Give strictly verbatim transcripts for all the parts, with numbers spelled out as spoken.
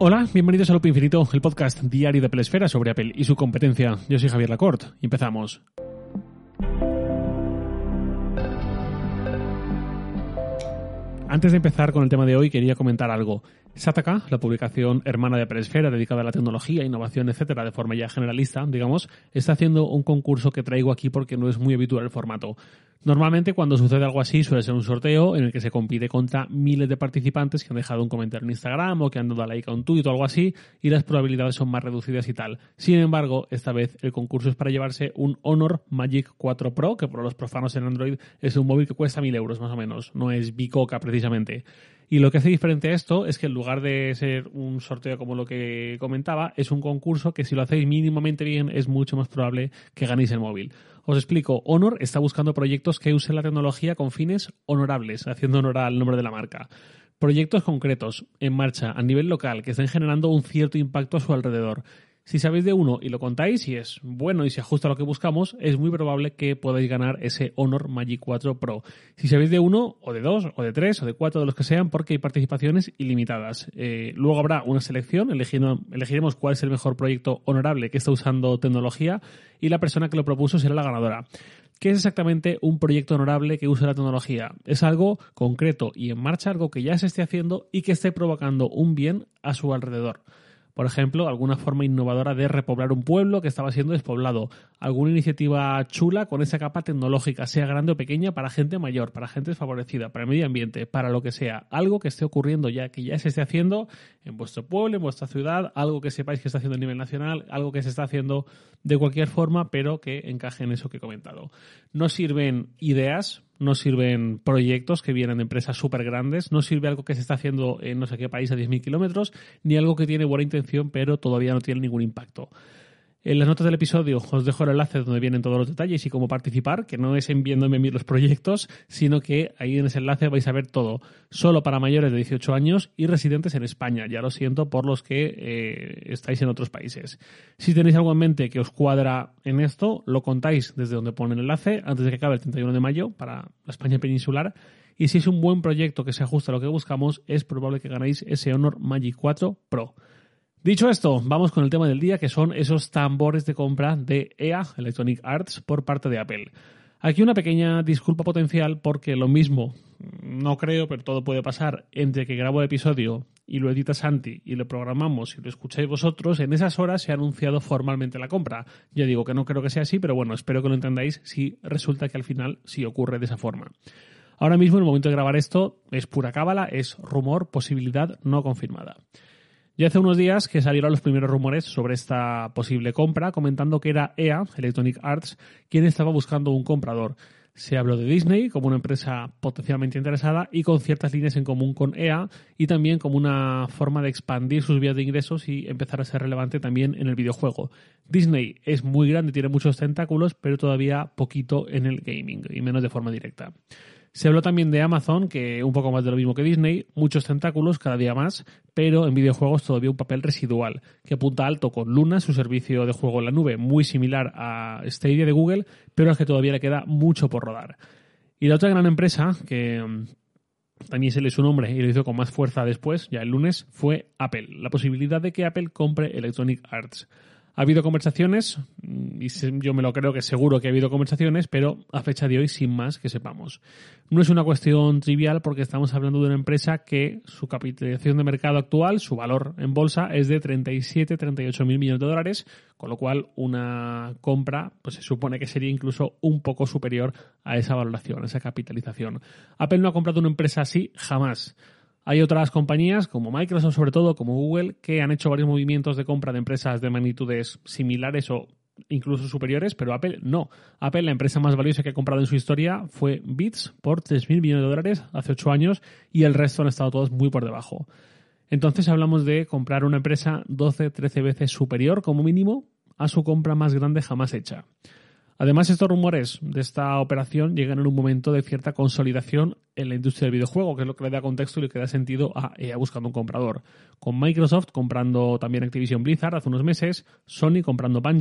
Hola, bienvenidos a Loop Infinito, el podcast diario de Apple Esfera sobre Apple y su competencia. Yo soy Javier Lacorte y empezamos. Antes de empezar con el tema de hoy, quería comentar algo. Sataka, la publicación hermana de Apple Esfera dedicada a la tecnología, innovación, etcétera, de forma ya generalista, digamos, está haciendo un concurso que traigo aquí porque no es muy habitual el formato. Normalmente, cuando sucede algo así, suele ser un sorteo en el que se compite contra miles de participantes que han dejado un comentario en Instagram o que han dado like a un tuit o algo así, y las probabilidades son más reducidas y tal. Sin embargo, esta vez el concurso es para llevarse un Honor Magic cuatro Pro, que por los profanos en Android es un móvil que cuesta mil euros más o menos, no es bicoca precisamente. Y lo que hace diferente a esto es que en lugar de ser un sorteo como lo que comentaba, es un concurso que si lo hacéis mínimamente bien es mucho más probable que ganéis el móvil. Os explico, Honor está buscando proyectos que usen la tecnología con fines honorables, haciendo honor al nombre de la marca. Proyectos concretos, en marcha, a nivel local, que estén generando un cierto impacto a su alrededor. Si sabéis de uno y lo contáis y es bueno y se ajusta a lo que buscamos, es muy probable que podáis ganar ese Honor Magic cuatro Pro. Si sabéis de uno, o de dos, o de tres, o de cuatro, de los que sean, porque hay participaciones ilimitadas. Eh, luego habrá una selección, elegiremos, elegiremos cuál es el mejor proyecto honorable que está usando tecnología y la persona que lo propuso será la ganadora. ¿Qué es exactamente un proyecto honorable que use la tecnología? Es algo concreto y en marcha, algo que ya se esté haciendo y que esté provocando un bien a su alrededor. Por ejemplo, alguna forma innovadora de repoblar un pueblo que estaba siendo despoblado. Alguna iniciativa chula con esa capa tecnológica, sea grande o pequeña, para gente mayor, para gente desfavorecida, para el medio ambiente, para lo que sea. Algo que esté ocurriendo ya, que ya se esté haciendo en vuestro pueblo, en vuestra ciudad, algo que sepáis que está haciendo a nivel nacional, algo que se está haciendo de cualquier forma, pero que encaje en eso que he comentado. No sirven ideas, no sirven proyectos que vienen de empresas súper grandes, no sirve algo que se está haciendo en no sé qué país a diez mil kilómetros, ni algo que tiene buena intención pero todavía no tiene ningún impacto. En las notas del episodio os dejo el enlace donde vienen todos los detalles y cómo participar, que no es enviándome a mí los proyectos, sino que ahí en ese enlace vais a ver todo. Solo para mayores de dieciocho años y residentes en España. Ya lo siento por los que eh, estáis en otros países. Si tenéis algo en mente que os cuadra en esto, lo contáis desde donde pone el enlace antes de que acabe el treinta y uno de mayo para la España peninsular. Y si es un buen proyecto que se ajusta a lo que buscamos, es probable que ganéis ese Honor Magic cuatro Pro. Dicho esto, vamos con el tema del día, que son esos tambores de compra de E A, Electronic Arts, por parte de Apple. Aquí una pequeña disculpa potencial porque lo mismo, no creo, pero todo puede pasar, entre que grabo el episodio y lo edita Santi y lo programamos y lo escucháis vosotros, en esas horas se ha anunciado formalmente la compra. Ya digo que no creo que sea así, pero bueno, espero que lo entendáis si resulta que al final sí ocurre de esa forma. Ahora mismo, en el momento de grabar esto, es pura cábala, es rumor, posibilidad no confirmada. Ya hace unos días que salieron los primeros rumores sobre esta posible compra, comentando que era E A, Electronic Arts, quien estaba buscando un comprador. Se habló de Disney como una empresa potencialmente interesada y con ciertas líneas en común con E A y también como una forma de expandir sus vías de ingresos y empezar a ser relevante también en el videojuego. Disney es muy grande, tiene muchos tentáculos, pero todavía poquito en el gaming y menos de forma directa. Se habló también de Amazon, que un poco más de lo mismo que Disney, muchos tentáculos, cada día más, pero en videojuegos todavía un papel residual, que apunta alto con Luna, su servicio de juego en la nube, muy similar a Stadia de Google, pero al que todavía le queda mucho por rodar. Y la otra gran empresa, que también se le su nombre y lo hizo con más fuerza después, ya el lunes, fue Apple. La posibilidad de que Apple compre Electronic Arts. Ha habido conversaciones, y yo me lo creo que seguro que ha habido conversaciones, pero a fecha de hoy sin más que sepamos. No es una cuestión trivial porque estamos hablando de una empresa que su capitalización de mercado actual, su valor en bolsa, es de treinta y siete, treinta y ocho mil millones de dólares, con lo cual una compra pues se supone que sería incluso un poco superior a esa valoración, a esa capitalización. Apple no ha comprado una empresa así jamás. Hay otras compañías, como Microsoft sobre todo, como Google, que han hecho varios movimientos de compra de empresas de magnitudes similares o incluso superiores, pero Apple no. Apple, la empresa más valiosa que ha comprado en su historia, fue Beats por tres mil millones de dólares hace ocho años y el resto han estado todos muy por debajo. Entonces hablamos de comprar una empresa doce, trece veces superior como mínimo a su compra más grande jamás hecha. Además, estos rumores de esta operación llegan en un momento de cierta consolidación en la industria del videojuego, que es lo que le da contexto y lo que da sentido a E A buscando un comprador. Con Microsoft comprando también Activision Blizzard hace unos meses, Sony comprando Bungie,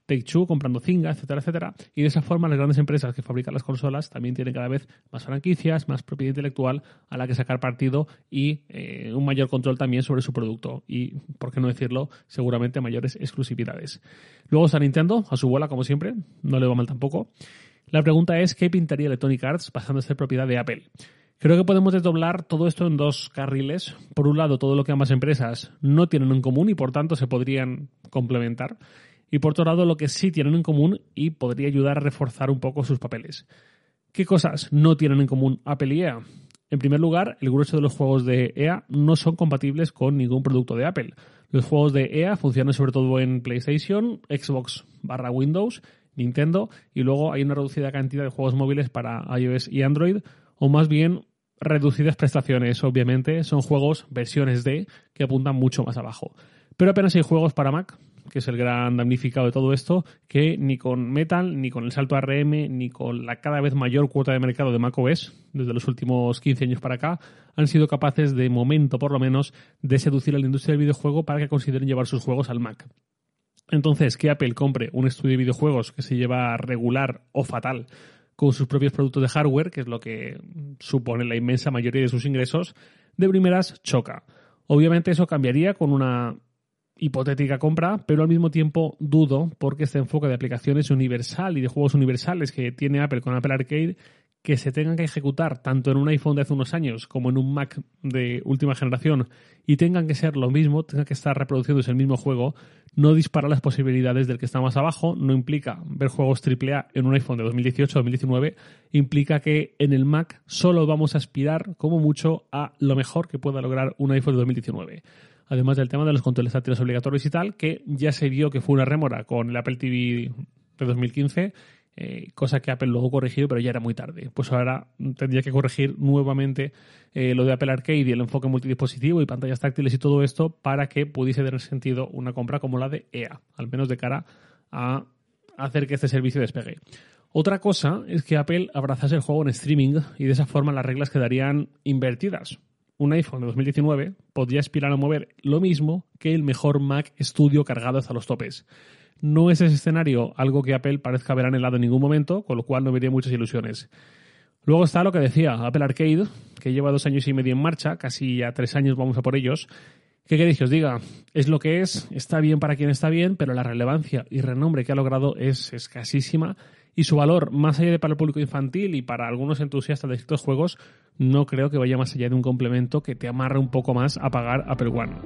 Take-Two comprando Zynga, etcétera, etcétera. Y de esa forma las grandes empresas que fabrican las consolas también tienen cada vez más franquicias, más propiedad intelectual a la que sacar partido y eh, un mayor control también sobre su producto. Y, por qué no decirlo, seguramente mayores exclusividades. Luego está Nintendo, a su bola como siempre, no le va mal tampoco. La pregunta es, ¿qué pintaría Electronic Arts pasando a ser propiedad de Apple? Creo que podemos desdoblar todo esto en dos carriles. Por un lado, todo lo que ambas empresas no tienen en común y por tanto se podrían complementar. Y por otro lado, lo que sí tienen en común y podría ayudar a reforzar un poco sus papeles. ¿Qué cosas no tienen en común Apple y E A? En primer lugar, el grueso de los juegos de E A no son compatibles con ningún producto de Apple. Los juegos de E A funcionan sobre todo en PlayStation, Xbox barra Windows, Nintendo, y luego hay una reducida cantidad de juegos móviles para iOS y Android, o más bien reducidas prestaciones, obviamente. Son juegos, versiones de, que apuntan mucho más abajo. Pero apenas hay juegos para Mac, que es el gran damnificado de todo esto, que ni con Metal, ni con el salto A R M, ni con la cada vez mayor cuota de mercado de macOS, desde los últimos quince años para acá, han sido capaces, de momento por lo menos, de seducir a la industria del videojuego para que consideren llevar sus juegos al Mac. Entonces, que Apple compre un estudio de videojuegos que se lleva regular o fatal con sus propios productos de hardware, que es lo que supone la inmensa mayoría de sus ingresos, de primeras choca. Obviamente eso cambiaría con una hipotética compra, pero al mismo tiempo dudo, porque este enfoque de aplicaciones universal y de juegos universales que tiene Apple con Apple Arcade, que se tengan que ejecutar tanto en un iPhone de hace unos años como en un Mac de última generación y tengan que ser lo mismo, tengan que estar reproduciéndose el mismo juego, no dispara las posibilidades del que está más abajo, no implica ver juegos triple A en un iPhone de dos mil dieciocho o dos mil diecinueve, implica que en el Mac solo vamos a aspirar como mucho a lo mejor que pueda lograr un iPhone de dos mil diecinueve. Además del tema de los controles táctiles obligatorios y tal, que ya se vio que fue una rémora con el Apple T V de dos mil quince, eh, cosa que Apple luego corrigió, pero ya era muy tarde. Pues ahora tendría que corregir nuevamente eh, lo de Apple Arcade y el enfoque multidispositivo y pantallas táctiles y todo esto para que pudiese tener sentido una compra como la de E A, al menos de cara a hacer que este servicio despegue. Otra cosa es que Apple abrazase el juego en streaming y de esa forma las reglas quedarían invertidas. Un iPhone de dos mil diecinueve podría aspirar a mover lo mismo que el mejor Mac Studio cargado hasta los topes. No es ese escenario algo que Apple parezca haber anhelado en ningún momento, con lo cual no vería muchas ilusiones. Luego está lo que decía, Apple Arcade, que lleva dos años y medio en marcha, casi a tres años vamos a por ellos. ¿Qué queréis que os diga? Es lo que es, está bien para quien está bien, pero la relevancia y renombre que ha logrado es escasísima y su valor, más allá de para el público infantil y para algunos entusiastas de ciertos juegos, no creo que vaya más allá de un complemento que te amarre un poco más a pagar Apple One.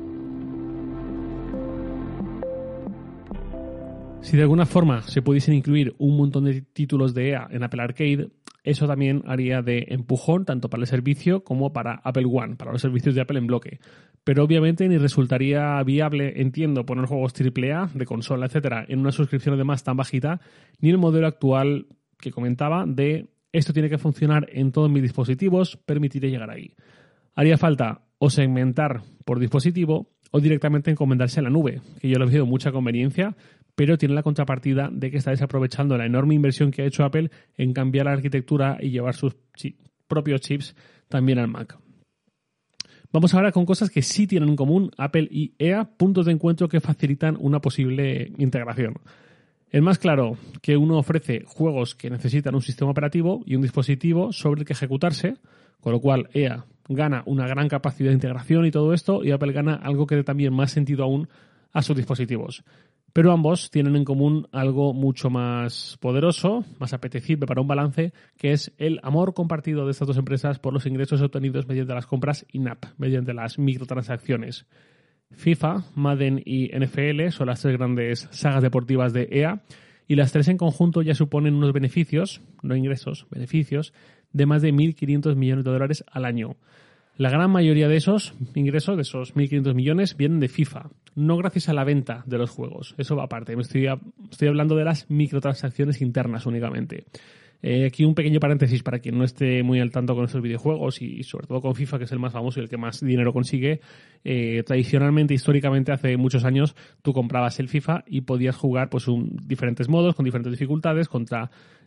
Si de alguna forma se pudiesen incluir un montón de títulos de E A en Apple Arcade, eso también haría de empujón tanto para el servicio como para Apple One, para los servicios de Apple en bloque. Pero obviamente ni resultaría viable, entiendo, poner juegos triple A de consola, etcétera, en una suscripción además tan bajita, ni el modelo actual que comentaba de esto tiene que funcionar en todos mis dispositivos, permitiría llegar ahí. Haría falta o segmentar por dispositivo o directamente encomendarse a la nube, que yo le veo mucha conveniencia, pero tiene la contrapartida de que está desaprovechando la enorme inversión que ha hecho Apple en cambiar la arquitectura y llevar sus chi- propios chips también al Mac. Vamos ahora con cosas que sí tienen en común Apple y E A, puntos de encuentro que facilitan una posible integración. El más claro, que uno ofrece juegos que necesitan un sistema operativo y un dispositivo sobre el que ejecutarse, con lo cual E A gana una gran capacidad de integración y todo esto, y Apple gana algo que dé también más sentido aún a sus dispositivos. Pero ambos tienen en común algo mucho más poderoso, más apetecible para un balance, que es el amor compartido de estas dos empresas por los ingresos obtenidos mediante las compras in-app, mediante las microtransacciones. FIFA, Madden y N F L son las tres grandes sagas deportivas de E A y las tres en conjunto ya suponen unos beneficios, no ingresos, beneficios, de más de mil quinientos millones de dólares al año. La gran mayoría de esos ingresos, de esos mil quinientos millones, vienen de FIFA, no gracias a la venta de los juegos. Eso va aparte. Me estoy, estoy hablando de las microtransacciones internas únicamente. Eh, aquí un pequeño paréntesis para quien no esté muy al tanto con estos videojuegos y sobre todo con FIFA, que es el más famoso y el que más dinero consigue. Eh, tradicionalmente, históricamente, hace muchos años, tú comprabas el FIFA y podías jugar pues un, diferentes modos, con diferentes dificultades, contra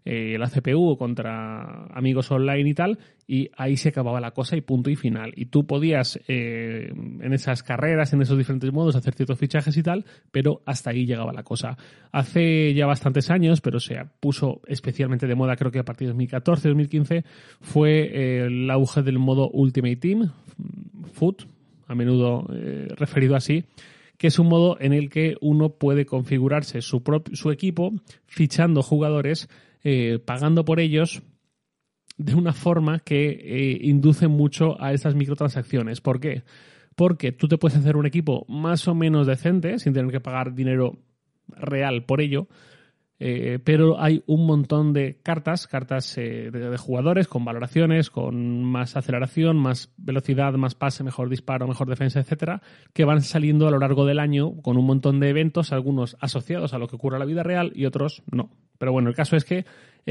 eh, la C P U o contra amigos online y tal, y ahí se acababa la cosa y punto y final. Y tú podías, eh, en esas carreras, en esos diferentes modos, hacer ciertos fichajes y tal, pero hasta ahí llegaba la cosa. Hace ya bastantes años, pero se puso especialmente de moda, creo que a partir de dos mil catorce, dos mil quince, fue eh, el auge del modo Ultimate Team, Foot, a menudo eh, referido así, que es un modo en el que uno puede configurarse su, propio, su equipo fichando jugadores, eh, pagando por ellos de una forma que eh, induce mucho a estas microtransacciones. ¿Por qué? Porque tú te puedes hacer un equipo más o menos decente sin tener que pagar dinero real por ello, Eh, pero hay un montón de cartas, cartas eh, de, de jugadores con valoraciones, con más aceleración, más velocidad, más pase, mejor disparo, mejor defensa, etcétera, que van saliendo a lo largo del año con un montón de eventos, algunos asociados a lo que ocurre en la vida real y otros no. Pero bueno, el caso es que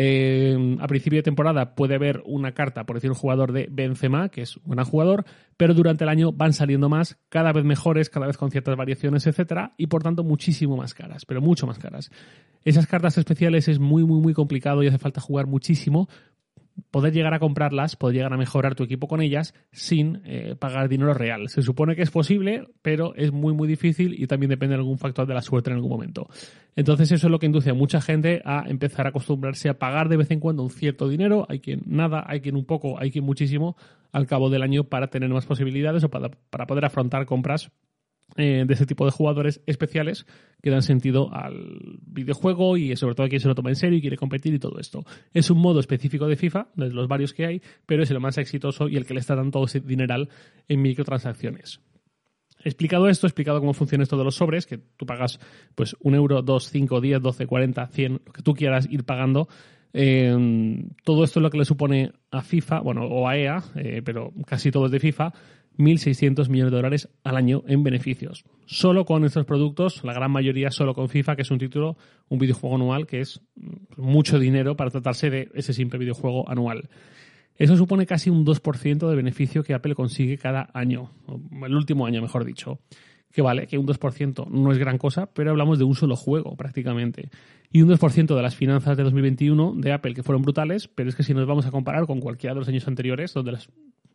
eh, a principio de temporada puede haber una carta, por decir un jugador de Benzema, que es un gran jugador, pero durante el año van saliendo más, cada vez mejores, cada vez con ciertas variaciones, etcétera, y por tanto muchísimo más caras, pero mucho más caras. Esas cartas especiales es muy, muy, muy complicado y hace falta jugar muchísimo. Poder llegar a comprarlas, poder llegar a mejorar tu equipo con ellas sin eh, pagar dinero real. Se supone que es posible, pero es muy, muy difícil y también depende de algún factor de la suerte en algún momento. Entonces eso es lo que induce a mucha gente a empezar a acostumbrarse a pagar de vez en cuando un cierto dinero. Hay quien nada, hay quien un poco, hay quien muchísimo al cabo del año para tener más posibilidades o para, para poder afrontar compras Eh, de ese tipo de jugadores especiales que dan sentido al videojuego y sobre todo a quien se lo toma en serio y quiere competir y todo esto. Es un modo específico de FIFA, de los varios que hay, pero es el más exitoso y el que le está dando todo ese dineral en microtransacciones. Explicado esto, explicado cómo funciona esto de los sobres, que tú pagas pues un euro, dos, cinco, diez, doce, cuarenta, cien, lo que tú quieras ir pagando. Eh, todo esto es lo que le supone a FIFA, bueno, o a E A, eh, pero casi todo es de FIFA, mil seiscientos millones de dólares al año en beneficios. Solo con estos productos, la gran mayoría solo con FIFA, que es un título, un videojuego anual, que es mucho dinero para tratarse de ese simple videojuego anual. Eso supone casi un dos por ciento de beneficio que Apple consigue cada año, el último año, mejor dicho. Que vale, que un dos por ciento no es gran cosa, pero hablamos de un solo juego prácticamente. Y un dos por ciento de las finanzas de dos mil veintiuno de Apple, que fueron brutales, pero es que si nos vamos a comparar con cualquiera de los años anteriores, donde las,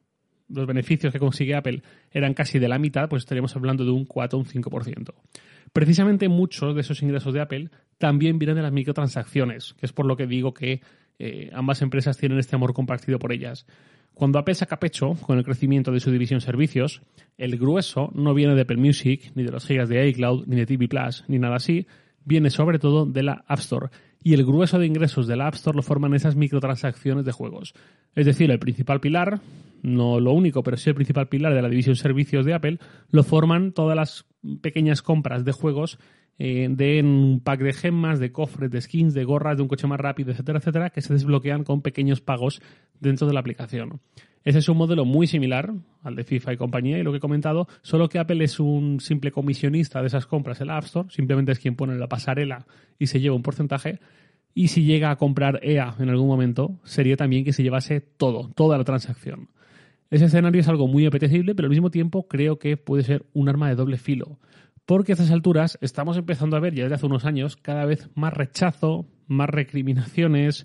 los beneficios que consigue Apple eran casi de la mitad, pues estaríamos hablando de un cuatro o un cinco por ciento. Precisamente muchos de esos ingresos de Apple también vienen de las microtransacciones, que es por lo que digo que eh, ambas empresas tienen este amor compartido por ellas. Cuando Apple saca pecho con el crecimiento de su división servicios, el grueso no viene de Apple Music, ni de los gigas de iCloud, ni de T V Plus, ni nada así, viene sobre todo de la App Store. Y el grueso de ingresos de la App Store lo forman esas microtransacciones de juegos. Es decir, el principal pilar, no lo único, pero sí el principal pilar de la división servicios de Apple, lo forman todas las pequeñas compras de juegos eh, de un pack de gemas, de cofres, de skins, de gorras, de un coche más rápido, etcétera, etcétera, que se desbloquean con pequeños pagos dentro de la aplicación. Ese es un modelo muy similar al de FIFA y compañía y lo que he comentado, solo que Apple es un simple comisionista de esas compras en la App Store, simplemente es quien pone la pasarela y se lleva un porcentaje, y si llega a comprar E A en algún momento, sería también que se llevase todo, toda la transacción. Ese escenario es algo muy apetecible, pero al mismo tiempo creo que puede ser un arma de doble filo, porque a estas alturas estamos empezando a ver ya desde hace unos años cada vez más rechazo, más recriminaciones,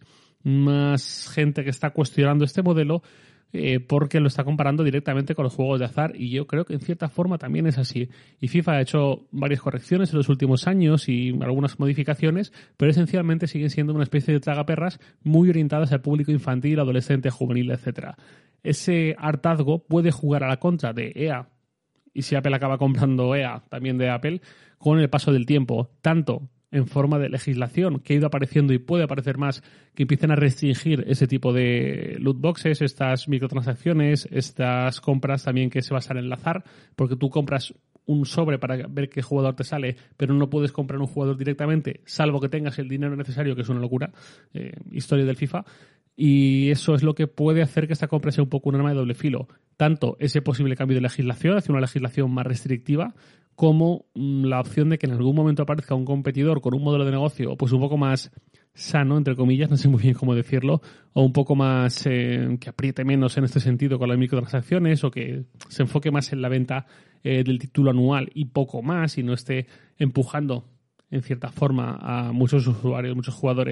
más gente que está cuestionando este modelo, Eh, porque lo está comparando directamente con los juegos de azar y yo creo que en cierta forma también es así. Y FIFA ha hecho varias correcciones en los últimos años y algunas modificaciones, pero esencialmente siguen siendo una especie de tragaperras muy orientadas al público infantil, adolescente, juvenil, etcétera. Ese hartazgo puede jugar a la contra de E A, y si Apple acaba comprando E A también de Apple, con el paso del tiempo, tanto en forma de legislación que ha ido apareciendo y puede aparecer más, que empiecen a restringir ese tipo de loot boxes, estas microtransacciones, estas compras también que se basan en el azar, porque tú compras un sobre para ver qué jugador te sale, pero no puedes comprar un jugador directamente, salvo que tengas el dinero necesario, que es una locura, eh, historia del FIFA, y eso es lo que puede hacer que esta compra sea un poco un arma de doble filo. Tanto ese posible cambio de legislación hacia una legislación más restrictiva, como la opción de que en algún momento aparezca un competidor con un modelo de negocio pues un poco más sano, entre comillas, no sé muy bien cómo decirlo, o un poco más eh, que apriete menos en este sentido con las microtransacciones o que se enfoque más en la venta eh, del título anual y poco más y no esté empujando en cierta forma a muchos usuarios, muchos jugadores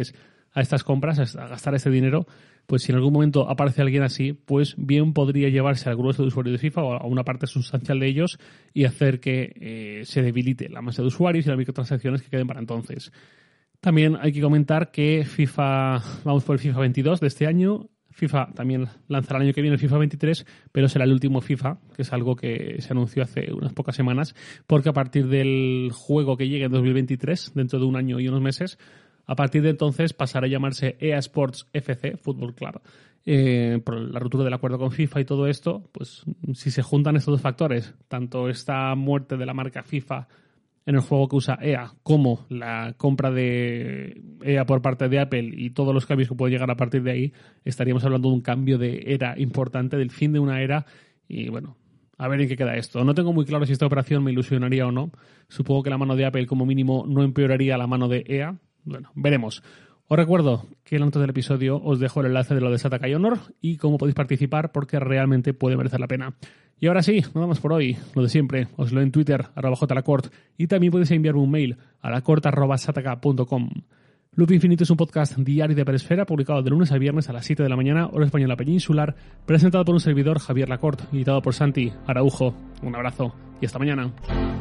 a estas compras, a gastar este dinero, pues si en algún momento aparece alguien así, pues bien podría llevarse al grueso de usuarios de FIFA o a una parte sustancial de ellos y hacer que eh, se debilite la masa de usuarios y las microtransacciones que queden para entonces. También hay que comentar que FIFA, vamos por el FIFA veintidós de este año. FIFA también lanzará el año que viene el FIFA veintitrés, pero será el último FIFA, que es algo que se anunció hace unas pocas semanas, porque a partir del juego que llegue en dos mil veintitrés, dentro de un año y unos meses, a partir de entonces pasará a llamarse E A Sports F C, Fútbol Club. Eh, por la ruptura del acuerdo con FIFA y todo esto, pues si se juntan estos dos factores, tanto esta muerte de la marca FIFA en el juego que usa E A, como la compra de E A por parte de Apple y todos los cambios que pueden llegar a partir de ahí, estaríamos hablando de un cambio de era importante, del fin de una era, y bueno, a ver en qué queda esto. No tengo muy claro si esta operación me ilusionaría o no. Supongo que la mano de Apple como mínimo no empeoraría la mano de E A. Bueno, veremos. Os recuerdo que en el antes del episodio os dejo el enlace de lo de Shataka y Honor y cómo podéis participar porque realmente puede merecer la pena. Y ahora sí, nada más por hoy. Lo de siempre, os leo en Twitter, arroba jlacort, y también podéis enviarme un mail a lacort arroba shataka punto com. Loop Infinito es un podcast diario de Peresfera publicado de lunes a viernes a las siete de la mañana, hora española peninsular, presentado por un servidor, Javier Lacort, editado por Santi Araujo. Un abrazo y hasta mañana.